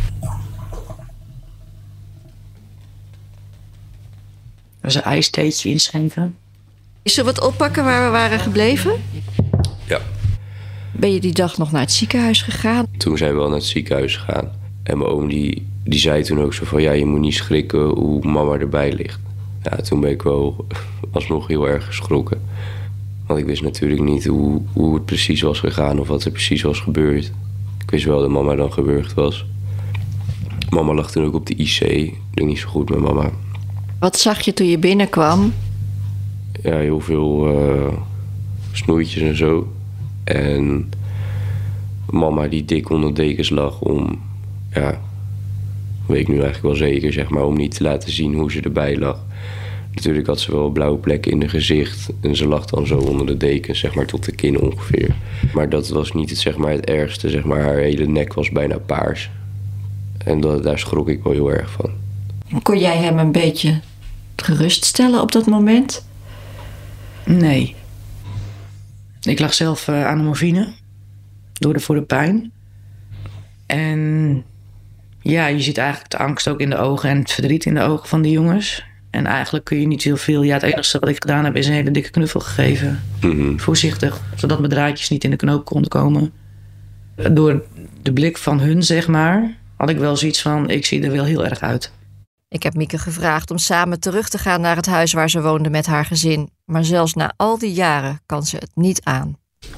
Dus een ijstheetje inschenken. Zullen we het oppakken waar we waren gebleven? Ja. Ben je die dag nog naar het ziekenhuis gegaan? Toen zijn we wel naar het ziekenhuis gegaan. En mijn oom die zei toen ook zo van, ja, je moet niet schrikken hoe mama erbij ligt. Ja, toen ben ik wel alsnog heel erg geschrokken. Want ik wist natuurlijk niet hoe het precies was gegaan of wat er precies was gebeurd. Ik wist wel dat mama dan gewurgd was. Mama lag toen ook op de IC. Ik ging niet zo goed met mama. Wat zag je toen je binnenkwam? Ja, heel veel snoeitjes en zo. En mama die dik onder dekens lag om, ja, weet ik nu eigenlijk wel zeker, zeg maar, om niet te laten zien hoe ze erbij lag. Natuurlijk had ze wel blauwe plekken in haar gezicht en ze lag dan zo onder de dekens, zeg maar, tot de kin ongeveer. Maar dat was niet zeg maar, het ergste, zeg maar, haar hele nek was bijna paars. En daar schrok ik wel heel erg van. Kon jij hem een beetje geruststellen op dat moment? Nee. Ik lag zelf aan de morfine. Voor de pijn. En ja, je ziet eigenlijk de angst ook in de ogen en het verdriet in de ogen van die jongens. En eigenlijk kun je niet heel veel. Ja, het enige wat ik gedaan heb is een hele dikke knuffel gegeven. Mm-hmm. Voorzichtig, zodat mijn draadjes niet in de knoop konden komen. Door de blik van hun, zeg maar, had ik wel zoiets van, ik zie er wel heel erg uit. Ik heb Mieke gevraagd om samen terug te gaan naar het huis waar ze woonde met haar gezin. Maar zelfs na al die jaren kan ze het niet aan.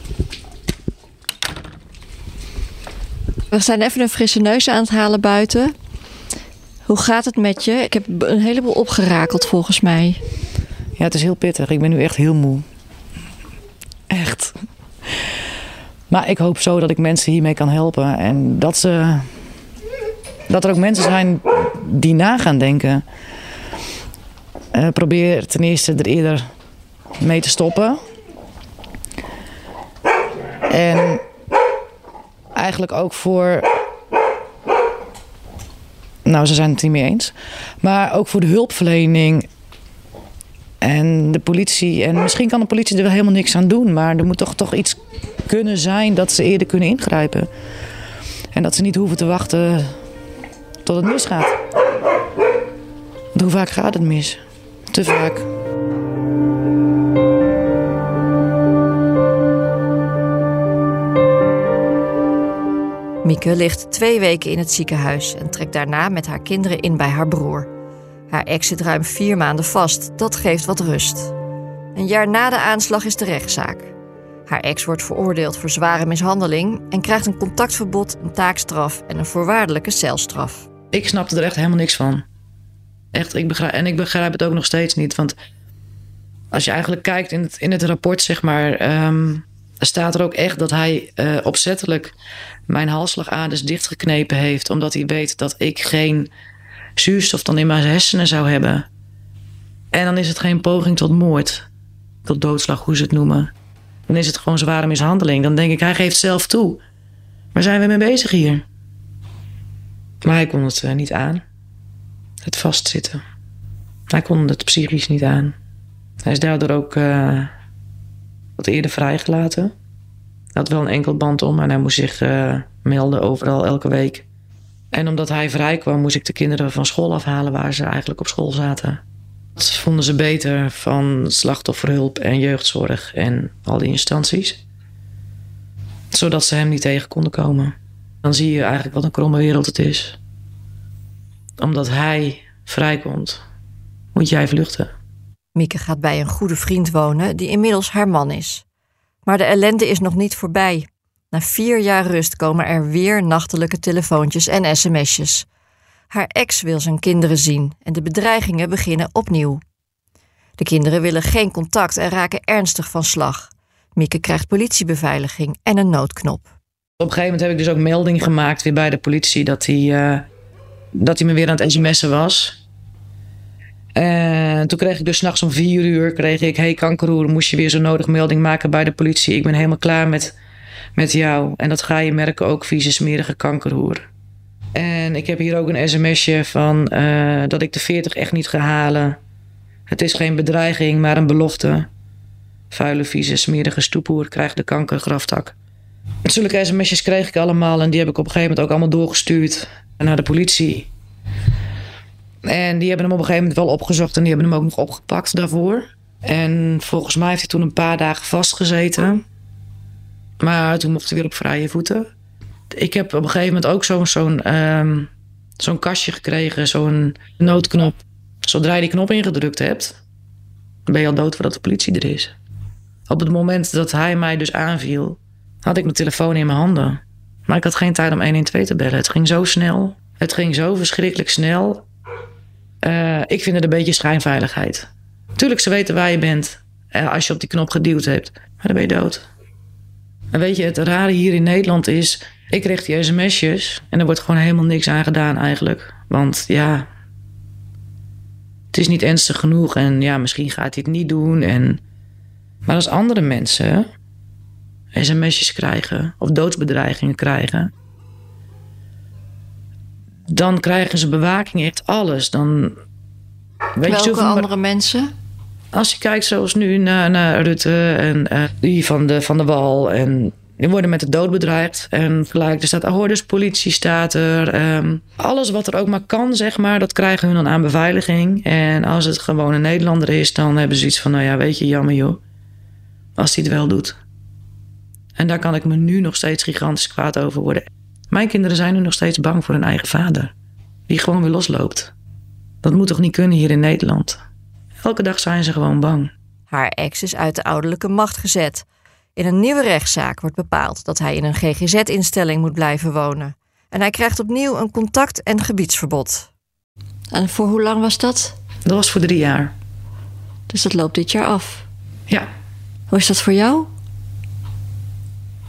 We zijn even een frisse neus aan het halen buiten. Hoe gaat het met je? Ik heb een heleboel opgerakeld volgens mij. Ja, het is heel pittig. Ik ben nu echt heel moe. Maar ik hoop zo dat ik mensen hiermee kan helpen. En dat er ook mensen zijn die na gaan denken. Probeer ten eerste er eerder mee te stoppen. En eigenlijk ook voor... Nou, ze zijn het niet mee eens. Maar ook voor de hulpverlening en de politie. En misschien kan de politie er wel helemaal niks aan doen. Maar er moet toch iets kunnen zijn dat ze eerder kunnen ingrijpen. En dat ze niet hoeven te wachten tot het misgaat. Want hoe vaak gaat het mis? Te vaak. Mieke ligt 2 weken in het ziekenhuis en trekt daarna met haar kinderen in bij haar broer. Haar ex zit ruim 4 maanden vast. Dat geeft wat rust. Een jaar na de aanslag is de rechtszaak. Haar ex wordt veroordeeld voor zware mishandeling en krijgt een contactverbod, een taakstraf en een voorwaardelijke celstraf. Ik snapte er echt helemaal niks van. Echt, ik begrijp het ook nog steeds niet. Want als je eigenlijk kijkt in het rapport, zeg maar, staat er ook echt dat hij opzettelijk mijn halsslagaders dichtgeknepen heeft, omdat hij weet dat ik geen zuurstof dan in mijn hersenen zou hebben. En dan is het geen poging tot moord, tot doodslag, hoe ze het noemen. Dan is het gewoon zware mishandeling. Dan denk ik, hij geeft zelf toe. Waar zijn we mee bezig hier? Maar hij kon het niet aan. Het vastzitten. Hij kon het psychisch niet aan. Hij is daardoor ook wat eerder vrijgelaten. Hij had wel een enkelband om en hij moest zich melden overal elke week. En omdat hij vrij kwam, moest ik de kinderen van school afhalen waar ze eigenlijk op school zaten. Dat vonden ze beter van slachtofferhulp en jeugdzorg en al die instanties. Zodat ze hem niet tegen konden komen. Dan zie je eigenlijk wat een kromme wereld het is. Omdat hij vrijkomt, moet jij vluchten. Mieke gaat bij een goede vriend wonen die inmiddels haar man is. Maar de ellende is nog niet voorbij. Na 4 jaar rust komen er weer nachtelijke telefoontjes en sms'jes. Haar ex wil zijn kinderen zien en de bedreigingen beginnen opnieuw. De kinderen willen geen contact en raken ernstig van slag. Mieke krijgt politiebeveiliging en een noodknop. Op een gegeven moment heb ik dus ook melding gemaakt weer bij de politie dat hij me weer aan het sms'en was. En toen kreeg ik dus 's nachts om 4 uur, hey kankerhoer, moest je weer zo nodig melding maken bij de politie. Ik ben helemaal klaar met jou. En dat ga je merken ook, vieze smerige kankerhoer. En ik heb hier ook een sms'je van dat ik de 40 echt niet ga halen. Het is geen bedreiging, maar een belofte. Vuile, vieze, smerige stoephoer krijgt de kankergraftak. Zulke sms'jes kreeg ik allemaal en die heb ik op een gegeven moment ook allemaal doorgestuurd naar de politie. En die hebben hem op een gegeven moment wel opgezocht en die hebben hem ook nog opgepakt daarvoor. En volgens mij heeft hij toen een paar dagen vastgezeten. Maar toen mocht hij weer op vrije voeten. Ik heb op een gegeven moment ook zo'n kastje gekregen, zo'n noodknop. Zodra je die knop ingedrukt hebt, dan ben je al dood voordat de politie er is. Op het moment dat hij mij dus aanviel, had ik mijn telefoon in mijn handen. Maar ik had geen tijd om 112 te bellen. Het ging zo snel. Het ging zo verschrikkelijk snel. Ik vind het een beetje schijnveiligheid. Tuurlijk, ze weten waar je bent als je op die knop geduwd hebt. Maar dan ben je dood. En weet je, het rare hier in Nederland is, ik kreeg die sms'jes en er wordt gewoon helemaal niks aan gedaan eigenlijk. Want ja, het is niet ernstig genoeg en ja, misschien gaat hij het niet doen. Maar als andere mensen sms'jes krijgen of doodsbedreigingen krijgen, dan krijgen ze bewaking, echt alles. Dan, Welke andere mensen? Als je kijkt zoals nu naar Rutte en die van de Wal. En die worden met de dood bedreigd. En gelijk, er staat Ahoorders politie, staat er. Alles wat er ook maar kan, zeg maar, dat krijgen hun dan aan beveiliging. En als het gewoon een Nederlander is, dan hebben ze iets van, nou ja, weet je, jammer joh. Als hij het wel doet. En daar kan ik me nu nog steeds gigantisch kwaad over worden. Mijn kinderen zijn nu nog steeds bang voor hun eigen vader. Die gewoon weer losloopt. Dat moet toch niet kunnen hier in Nederland? Elke dag zijn ze gewoon bang. Haar ex is uit de ouderlijke macht gezet. In een nieuwe rechtszaak wordt bepaald dat hij in een GGZ-instelling moet blijven wonen. En hij krijgt opnieuw een contact- en gebiedsverbod. En voor hoe lang was dat? Dat was voor 3 jaar. Dus dat loopt dit jaar af? Ja. Hoe is dat voor jou?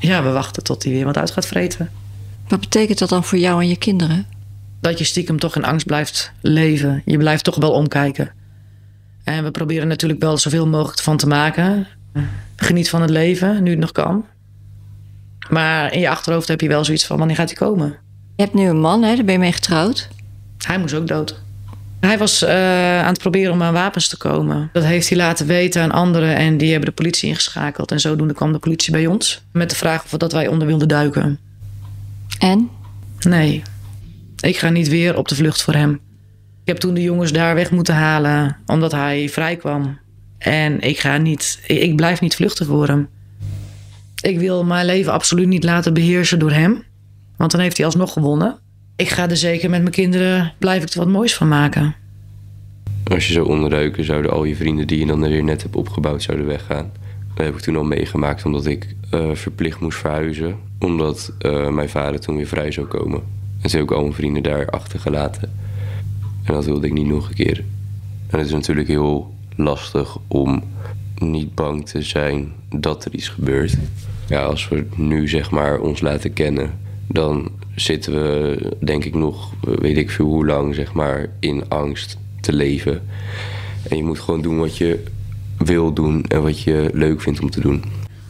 Ja, we wachten tot hij weer wat uit gaat vreten. Wat betekent dat dan voor jou en je kinderen? Dat je stiekem toch in angst blijft leven. Je blijft toch wel omkijken. En we proberen natuurlijk wel zoveel mogelijk van te maken. Geniet van het leven, nu het nog kan. Maar in je achterhoofd heb je wel zoiets van, wanneer gaat hij komen? Je hebt nu een man, hè? Daar ben je mee getrouwd. Hij moest ook dood. Hij was aan het proberen om aan wapens te komen. Dat heeft hij laten weten aan anderen en die hebben de politie ingeschakeld. En zodoende kwam de politie bij ons met de vraag of dat wij onder wilden duiken. En? Nee, ik ga niet weer op de vlucht voor hem. Ik heb toen de jongens daar weg moeten halen omdat hij vrij kwam. En ik blijf niet vluchten voor hem. Ik wil mijn leven absoluut niet laten beheersen door hem. Want dan heeft hij alsnog gewonnen. Ik ga er zeker met mijn kinderen, blijf ik er wat moois van maken. Als je zou onderduiken, zouden al je vrienden die je dan weer net hebt opgebouwd, zouden weggaan. Dat heb ik toen al meegemaakt, omdat ik verplicht moest verhuizen. Omdat mijn vader toen weer vrij zou komen. En ze heb ik al mijn vrienden daar achtergelaten. En dat wilde ik niet nog een keer. En het is natuurlijk heel lastig om niet bang te zijn dat er iets gebeurt. Ja, als we nu zeg maar ons laten kennen, dan zitten we denk ik nog, weet ik veel hoe lang, zeg maar, in angst te leven. En je moet gewoon doen wat je wil doen en wat je leuk vindt om te doen.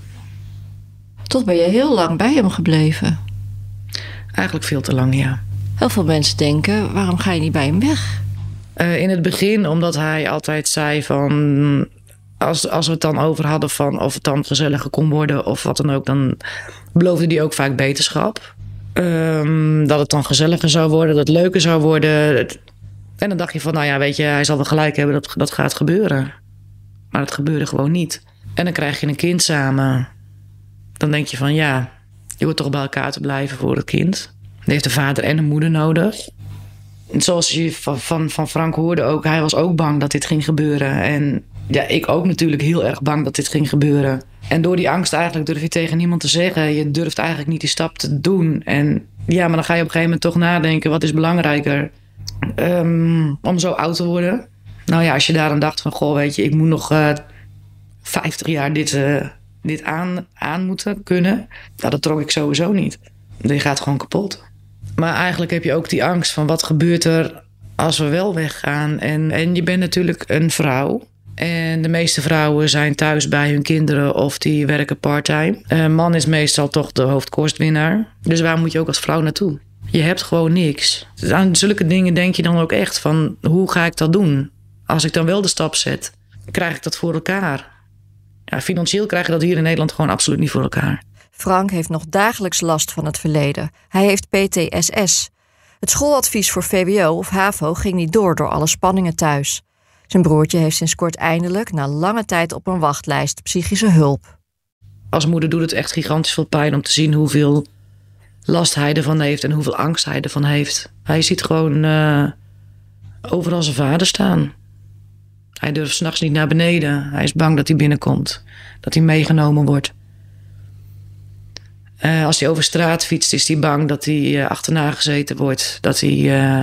Toch ben je heel lang bij hem gebleven. Eigenlijk veel te lang, ja. Heel veel mensen denken, waarom ga je niet bij hem weg? In het begin, omdat hij altijd zei van, als we het dan over hadden van of het dan gezelliger kon worden of wat dan ook, dan beloofde hij ook vaak beterschap. Dat het dan gezelliger zou worden, dat het leuker zou worden. En dan dacht je van, nou ja, weet je, hij zal wel gelijk hebben, dat gaat gebeuren. Maar het gebeurde gewoon niet. En dan krijg je een kind samen. Dan denk je van, ja, je hoort toch bij elkaar te blijven voor het kind. Die heeft een vader en een moeder nodig. En zoals je van Frank hoorde ook, hij was ook bang dat dit ging gebeuren. En ja, ik ook natuurlijk heel erg bang dat dit ging gebeuren. En door die angst eigenlijk durf je tegen niemand te zeggen. Je durft eigenlijk niet die stap te doen. En ja, maar dan ga je op een gegeven moment toch nadenken, wat is belangrijker? Om zo oud te worden. Nou ja, als je daaraan dacht van, goh, weet je, ik moet nog 50 jaar dit aan moeten kunnen. Nou, dat trok ik sowieso niet. Je gaat gewoon kapot. Maar eigenlijk heb je ook die angst van, wat gebeurt er als we wel weggaan? En je bent natuurlijk een vrouw. En de meeste vrouwen zijn thuis bij hun kinderen of die werken parttime. Een man is meestal toch de hoofdkostwinnaar. Dus waar moet je ook als vrouw naartoe? Je hebt gewoon niks. Dus aan zulke dingen denk je dan ook echt van, hoe ga ik dat doen? Als ik dan wel de stap zet, krijg ik dat voor elkaar? Ja, financieel krijg je dat hier in Nederland gewoon absoluut niet voor elkaar. Frank heeft nog dagelijks last van het verleden. Hij heeft PTSS. Het schooladvies voor VWO of HAVO ging niet door alle spanningen thuis. Zijn broertje heeft sinds kort eindelijk, na lange tijd op een wachtlijst, psychische hulp. Als moeder doet het echt gigantisch veel pijn om te zien hoeveel last hij ervan heeft en hoeveel angst hij ervan heeft. Hij ziet gewoon overal zijn vader staan. Hij durft 's nachts niet naar beneden. Hij is bang dat hij binnenkomt. Dat hij meegenomen wordt. Als hij over straat fietst, is hij bang dat hij achterna gezeten wordt. Dat hij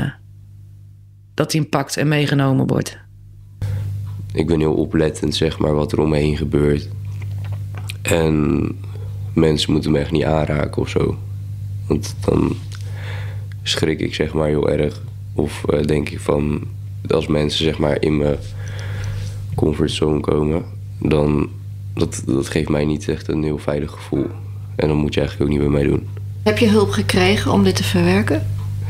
hem pakt en meegenomen wordt. Ik ben heel oplettend, zeg maar, wat er om me heen gebeurt. En mensen moeten me echt niet aanraken of zo. Want dan schrik ik, zeg maar, heel erg. Of denk ik van, als mensen, zeg maar, in mijn comfortzone komen, dan dat geeft mij niet echt een heel veilig gevoel. En dan moet je eigenlijk ook niet bij mij doen. Heb je hulp gekregen om dit te verwerken?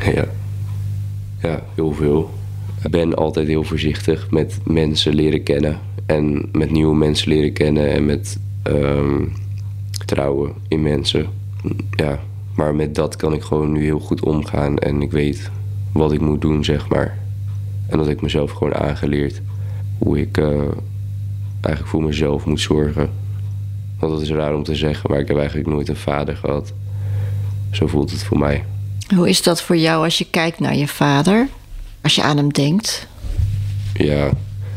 Ja, heel veel. Ik ben altijd heel voorzichtig met mensen leren kennen. En met nieuwe mensen leren kennen. En met trouwen in mensen. Ja, maar met dat kan ik gewoon nu heel goed omgaan. En ik weet wat ik moet doen, zeg maar. En dat ik mezelf gewoon aangeleerd. Hoe ik eigenlijk voor mezelf moet zorgen. Want dat is raar om te zeggen, maar ik heb eigenlijk nooit een vader gehad. Zo voelt het voor mij. Hoe is dat voor jou als je kijkt naar je vader? Als je aan hem denkt? Ja,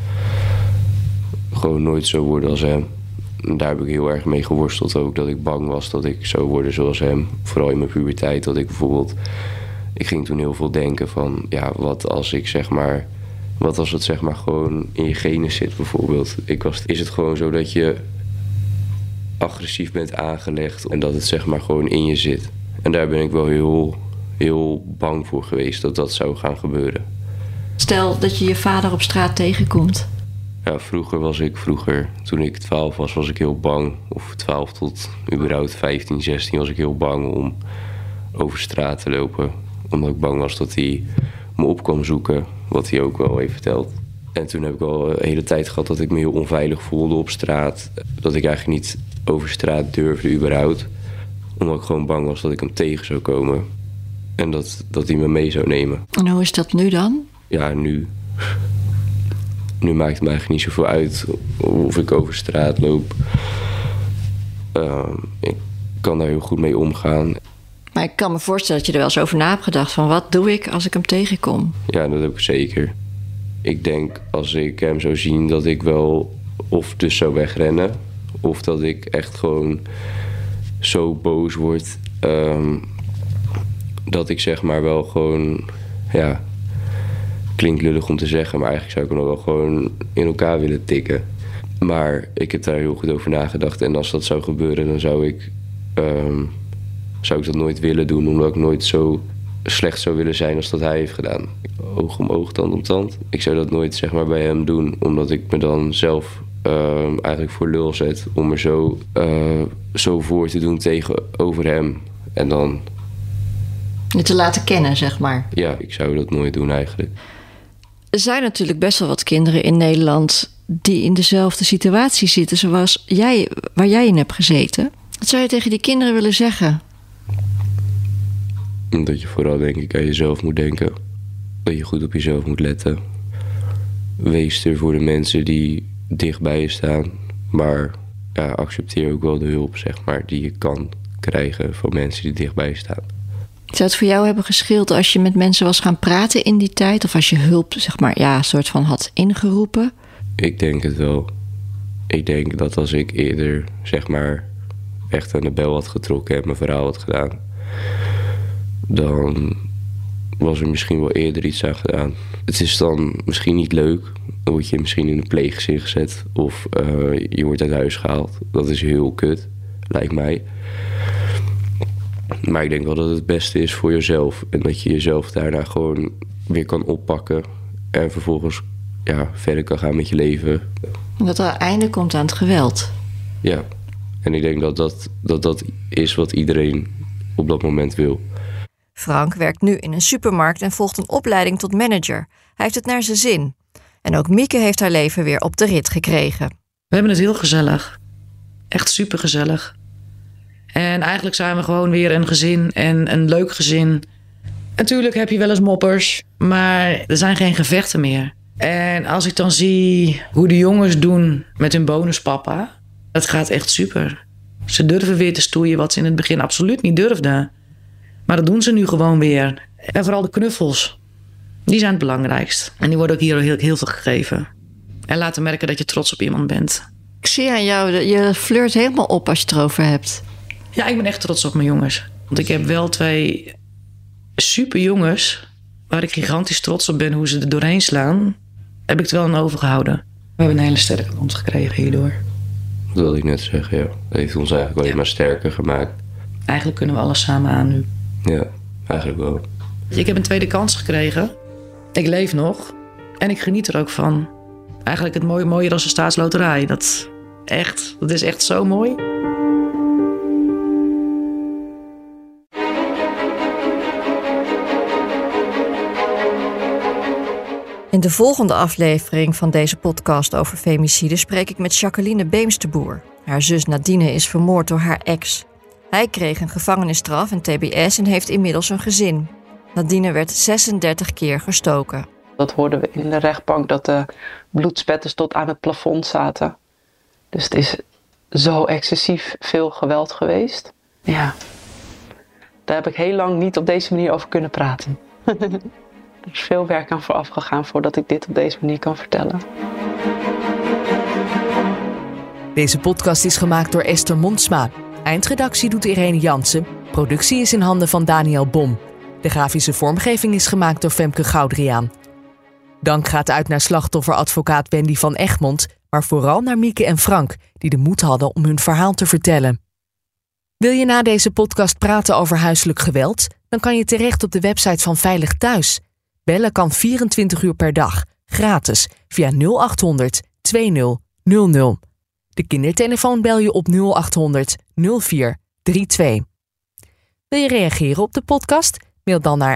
gewoon nooit zo worden als hem. En daar heb ik heel erg mee geworsteld ook. Dat ik bang was dat ik zou worden zoals hem. Vooral in mijn puberteit. Dat ik bijvoorbeeld... Ik ging toen heel veel denken van... Ja, wat als ik zeg maar... Wat als het zeg maar gewoon in je genen zit bijvoorbeeld. Is het gewoon zo dat je... agressief bent aangelegd en dat het zeg maar gewoon in je zit. En daar ben ik wel heel, heel bang voor geweest dat dat zou gaan gebeuren. Stel dat je je vader op straat tegenkomt. Ja, vroeger, toen ik 12 was ik heel bang. Of 12 tot überhaupt 15, 16 was ik heel bang om over straat te lopen. Omdat ik bang was dat hij me op kwam zoeken, wat hij ook wel heeft verteld. En toen heb ik al een hele tijd gehad dat ik me heel onveilig voelde op straat. Dat ik eigenlijk niet over straat durfde überhaupt. Omdat ik gewoon bang was dat ik hem tegen zou komen. En dat hij me mee zou nemen. En hoe is dat nu dan? Ja, nu maakt het me eigenlijk niet zoveel uit of ik over straat loop. Ik kan daar heel goed mee omgaan. Maar ik kan me voorstellen dat je er wel eens over na hebt gedacht van wat doe ik als ik hem tegenkom? Ja, dat heb ik zeker. Ik denk als ik hem zou zien dat ik wel of dus zou wegrennen. Of dat ik echt gewoon zo boos word. Dat ik zeg maar wel gewoon, ja, klinkt lullig om te zeggen, maar eigenlijk zou ik hem wel gewoon in elkaar willen tikken. Maar ik heb daar heel goed over nagedacht. En als dat zou gebeuren, dan zou ik dat nooit willen doen. Omdat ik nooit zo slecht zou willen zijn als dat hij heeft gedaan. Oog om oog, tand om tand. Ik zou dat nooit zeg maar bij hem doen. Omdat ik me dan zelf eigenlijk voor lul zet. Om er zo voor te doen tegenover hem. En dan Je te laten kennen, zeg maar. Ja, ik zou dat nooit doen eigenlijk. Er zijn natuurlijk best wel wat kinderen in Nederland die in dezelfde situatie zitten zoals jij, waar jij in hebt gezeten. Wat zou je tegen die kinderen willen zeggen? Dat je vooral denk ik aan jezelf moet denken. Dat je goed op jezelf moet letten. Wees er voor de mensen die dicht bij je staan. Maar ja, accepteer ook wel de hulp zeg maar, die je kan krijgen van mensen die dicht bij je staan. Zou het voor jou hebben gescheeld als je met mensen was gaan praten in die tijd? Of als je hulp, zeg maar, ja, soort van had ingeroepen? Ik denk het wel. Ik denk dat als ik eerder, zeg maar, echt aan de bel had getrokken en mijn verhaal had gedaan, dan was er misschien wel eerder iets aan gedaan. Het is dan misschien niet leuk. Dan word je misschien in een pleeggezin gezet. Of je wordt uit huis gehaald. Dat is heel kut, lijkt mij. Maar ik denk wel dat het beste is voor jezelf. En dat je jezelf daarna gewoon weer kan oppakken. En vervolgens ja, verder kan gaan met je leven. Dat er een einde komt aan het geweld. Ja. En ik denk dat is wat iedereen op dat moment wil. Frank werkt nu in een supermarkt en volgt een opleiding tot manager. Hij heeft het naar zijn zin. En ook Mieke heeft haar leven weer op de rit gekregen. We hebben het heel gezellig. Echt supergezellig. En eigenlijk zijn we gewoon weer een gezin en een leuk gezin. Natuurlijk heb je wel eens moppers, maar er zijn geen gevechten meer. En als ik dan zie hoe de jongens doen met hun bonuspapa, dat gaat echt super. Ze durven weer te stoeien wat ze in het begin absoluut niet durfden. Maar dat doen ze nu gewoon weer. En vooral de knuffels, die zijn het belangrijkst. En die worden ook hier heel veel gegeven. En laten merken dat je trots op iemand bent. Ik zie aan jou, je flirt helemaal op als je het erover hebt. Ja, ik ben echt trots op mijn jongens. Want ik heb wel 2 super jongens waar ik gigantisch trots op ben hoe ze er doorheen slaan. Heb ik het wel aan overgehouden. We hebben een hele sterke band gekregen hierdoor. Dat wilde ik net zeggen, ja. Dat heeft ons eigenlijk alleen maar sterker gemaakt. Eigenlijk kunnen we alles samen aan nu. Ja, eigenlijk wel. Ik heb een tweede kans gekregen. Ik leef nog. En ik geniet er ook van. Eigenlijk het mooier als een staatsloterij. Dat is echt zo mooi. In de volgende aflevering van deze podcast over femicide spreek ik met Jacqueline Beemsterboer. Haar zus Nadine is vermoord door haar ex. Hij kreeg een gevangenisstraf en TBS en heeft inmiddels een gezin. Nadine werd 36 keer gestoken. Dat hoorden we in de rechtbank, dat de bloedspetters tot aan het plafond zaten. Dus het is zo excessief veel geweld geweest. Ja, daar heb ik heel lang niet op deze manier over kunnen praten. Er is veel werk aan vooraf gegaan voordat ik dit op deze manier kan vertellen. Deze podcast is gemaakt door Esther Mondsma. Eindredactie doet Irene Jansen. Productie is in handen van Daniel Bom. De grafische vormgeving is gemaakt door Femke Goudriaan. Dank gaat uit naar slachtofferadvocaat Wendy van Egmond, maar vooral naar Mieke en Frank, die de moed hadden om hun verhaal te vertellen. Wil je na deze podcast praten over huiselijk geweld? Dan kan je terecht op de website van Veilig Thuis. Bellen kan 24 uur per dag, gratis, via 0800 2000. De kindertelefoon bel je op 0800 0432. Wil je reageren op de podcast? Mail dan naar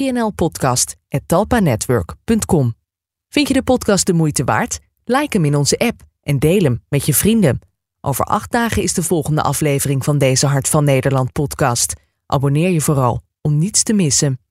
hvnlpodcast@talpanetwork.com. Vind je de podcast de moeite waard? Like hem in onze app en deel hem met je vrienden. Over 8 dagen is de volgende aflevering van deze Hart van Nederland podcast. Abonneer je vooral om niets te missen.